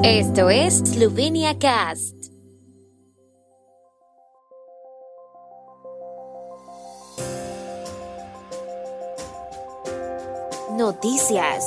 Esto es Slovenia Cast. Noticias.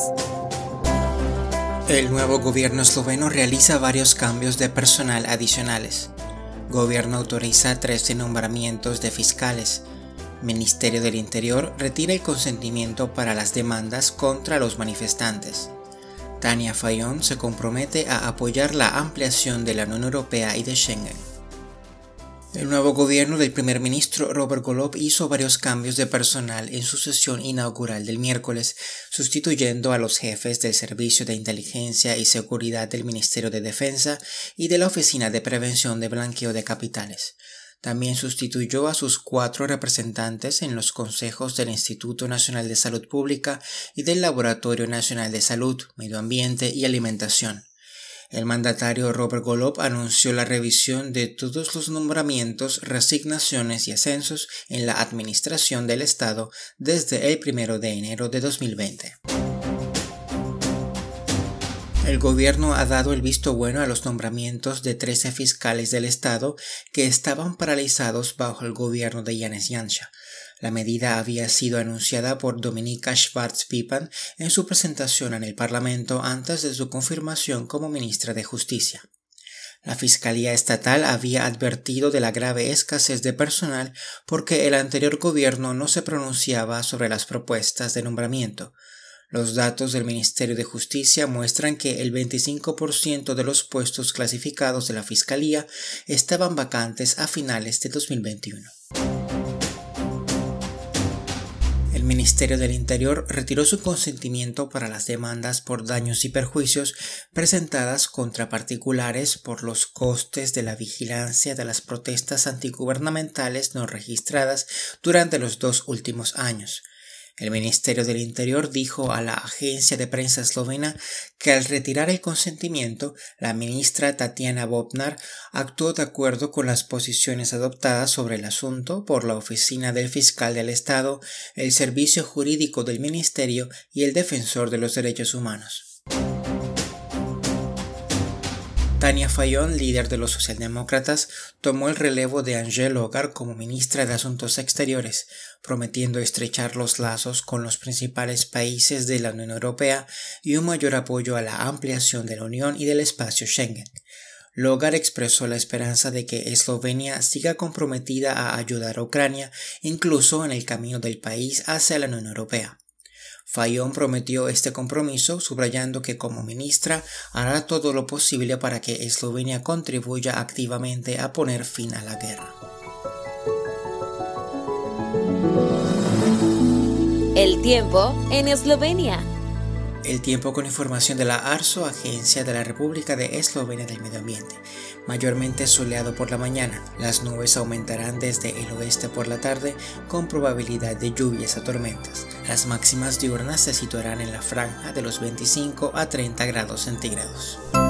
El nuevo gobierno esloveno realiza varios cambios de personal adicionales. Gobierno autoriza 13 nombramientos de fiscales. Ministerio del Interior retira el consentimiento para las demandas contra los manifestantes. Tanja Fajon se compromete a apoyar la ampliación de la Unión Europea y de Schengen. El nuevo gobierno del primer ministro Robert Golob hizo varios cambios de personal en su sesión inaugural del miércoles, sustituyendo a los jefes del Servicio de Inteligencia y Seguridad del Ministerio de Defensa y de la Oficina de Prevención de Blanqueo de Capitales. También sustituyó a sus 4 representantes en los consejos del Instituto Nacional de Salud Pública y del Laboratorio Nacional de Salud, Medio Ambiente y Alimentación. El mandatario Robert Golob anunció la revisión de todos los nombramientos, resignaciones y ascensos en la administración del Estado desde el 1 de enero de 2020. El gobierno ha dado el visto bueno a los nombramientos de 13 fiscales del Estado que estaban paralizados bajo el gobierno de Janez Janša. La medida había sido anunciada por Dominika Schwarz-Pipan en su presentación en el Parlamento antes de su confirmación como ministra de Justicia. La Fiscalía Estatal había advertido de la grave escasez de personal porque el anterior gobierno no se pronunciaba sobre las propuestas de nombramiento. Los datos del Ministerio de Justicia muestran que el 25% de los puestos clasificados de la Fiscalía estaban vacantes a finales de 2021. El Ministerio del Interior retiró su consentimiento para las demandas por daños y perjuicios presentadas contra particulares por los costes de la vigilancia de las protestas antigubernamentales no registradas durante los 2 últimos años. El Ministerio del Interior dijo a la agencia de prensa eslovena que al retirar el consentimiento, la ministra Tatjana Bobnar actuó de acuerdo con las posiciones adoptadas sobre el asunto por la Oficina del Fiscal del Estado, el Servicio Jurídico del Ministerio y el Defensor de los Derechos Humanos. Tanja Fajon, líder de los socialdemócratas, tomó el relevo de Anže Logar como ministra de Asuntos Exteriores, prometiendo estrechar los lazos con los principales países de la Unión Europea y un mayor apoyo a la ampliación de la Unión y del espacio Schengen. Logar expresó la esperanza de que Eslovenia siga comprometida a ayudar a Ucrania, incluso en el camino del país hacia la Unión Europea. Fajon prometió este compromiso, subrayando que como ministra hará todo lo posible para que Eslovenia contribuya activamente a poner fin a la guerra. El tiempo en Eslovenia. El tiempo con información de la ARSO, Agencia de la República de Eslovenia del Medio Ambiente. Mayormente soleado por la mañana. Las nubes aumentarán desde el oeste por la tarde con probabilidad de lluvias a tormentas. Las máximas diurnas se situarán en la franja de los 25 a 30 grados centígrados.